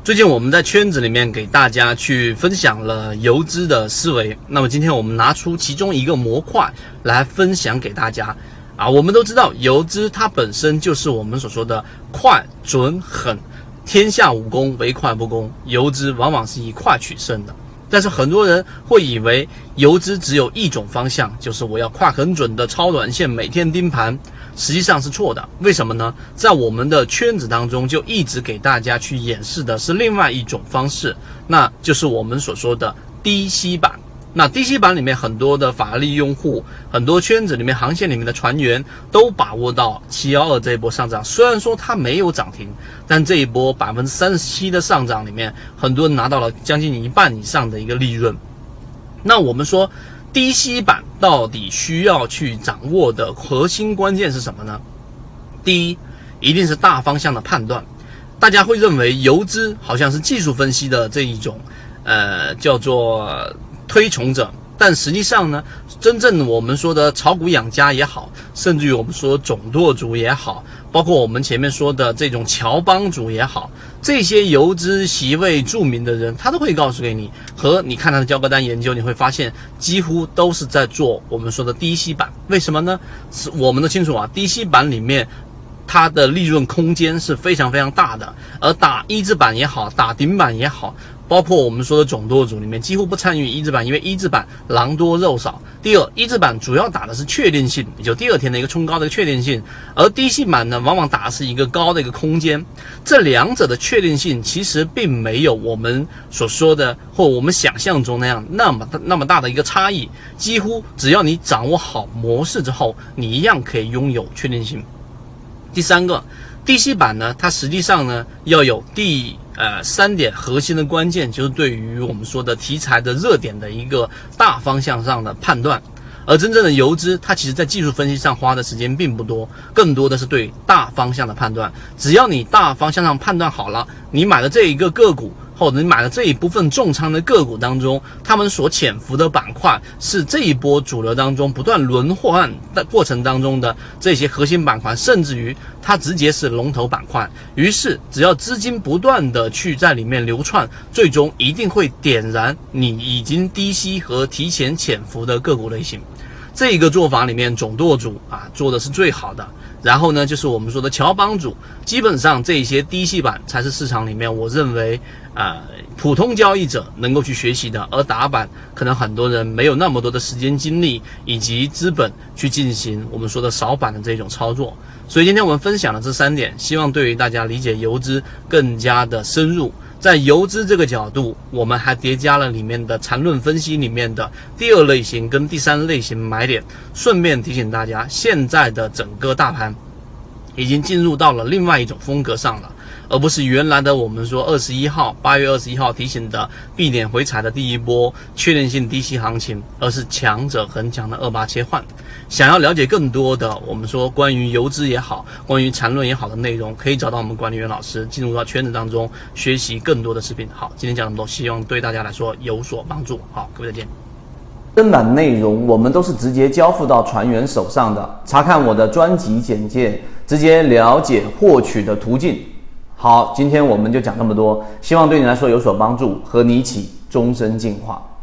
最近我们在圈子里面给大家去分享了游资的思维，那么今天我们拿出其中一个模块来分享给大家我们都知道游资它本身就是我们所说的快准狠，天下武功唯快不攻，游资往往是以快取胜的。但是很多人会以为游资只有一种方向，就是我要快很准的超短线，每天盯盘，实际上是错的。为什么呢？在我们的圈子当中就一直给大家去演示的是另外一种方式，那就是我们所说的低吸板。那低吸板里面很多的法力用户，很多圈子里面航线里面的船员都把握到712这一波上涨，虽然说它没有涨停，但这一波37%的上涨里面，很多人拿到了将近一半以上的一个利润。那我们说低吸板到底需要去掌握的核心关键是什么呢？第一，一定是大方向的判断。大家会认为游资好像是技术分析的这一种叫做推崇者，但实际上呢，真正我们说的炒股养家也好，甚至于我们说种舵主也好，包括我们前面说的这种乔帮主也好，这些游资席位著名的人，他都会告诉给你，和你看他的交割单研究，你会发现几乎都是在做我们说的低吸板。为什么呢？我们都清楚低吸板里面它的利润空间是非常非常大的，而打一字板也好，打顶板也好，包括我们说的种舵主里面几乎不参与一字板，因为一字板狼多肉少。第二，一字板主要打的是确定性，也就第二天的一个冲高的一个确定性，而低吸板呢，往往打的是一个高的一个空间。这两者的确定性其实并没有我们所说的或我们想象中那么大的一个差异，几乎只要你掌握好模式之后，你一样可以拥有确定性。第三个，低吸板呢，它实际上呢要有3点核心的关键，就是对于我们说的题材的热点的一个大方向上的判断。而真正的游资，它其实在技术分析上花的时间并不多，更多的是对大方向的判断。只要你大方向上判断好了，你买的这一个个股，或者你买的这一部分重仓的个股当中，他们所潜伏的板块是这一波主流当中不断轮换的过程当中的这些核心板块，甚至于它直接是龙头板块。于是只要资金不断的去在里面流窜，最终一定会点燃你已经低吸和提前潜伏的个股类型。这一个做法里面，种舵主做的是最好的。然后呢，就是我们说的乔帮主，基本上这些低吸板才是市场里面我认为普通交易者能够去学习的，而打板可能很多人没有那么多的时间精力以及资本去进行我们说的扫板的这种操作。所以今天我们分享了这3点，希望对于大家理解游资更加的深入。在游资这个角度，我们还叠加了里面的缠论分析里面的第2类型跟第3类型买点，顺便提醒大家，现在的整个大盘已经进入到了另外一种风格上了，而不是原来的我们说8月21号提醒的避点回踩的第一波确定性低吸行情，而是强者恒强的28切换。想要了解更多的我们说关于游资也好，关于缠论也好的内容，可以找到我们管理员老师，进入到圈子当中学习更多的视频。好，今天讲那么多，希望对大家来说有所帮助。好，各位再见。 正版内容我们都是直接交付到船员手上的，查看我的专辑简介，直接了解获取的途径。好，今天我们就讲这么多，希望对你来说有所帮助，和你一起终身进化。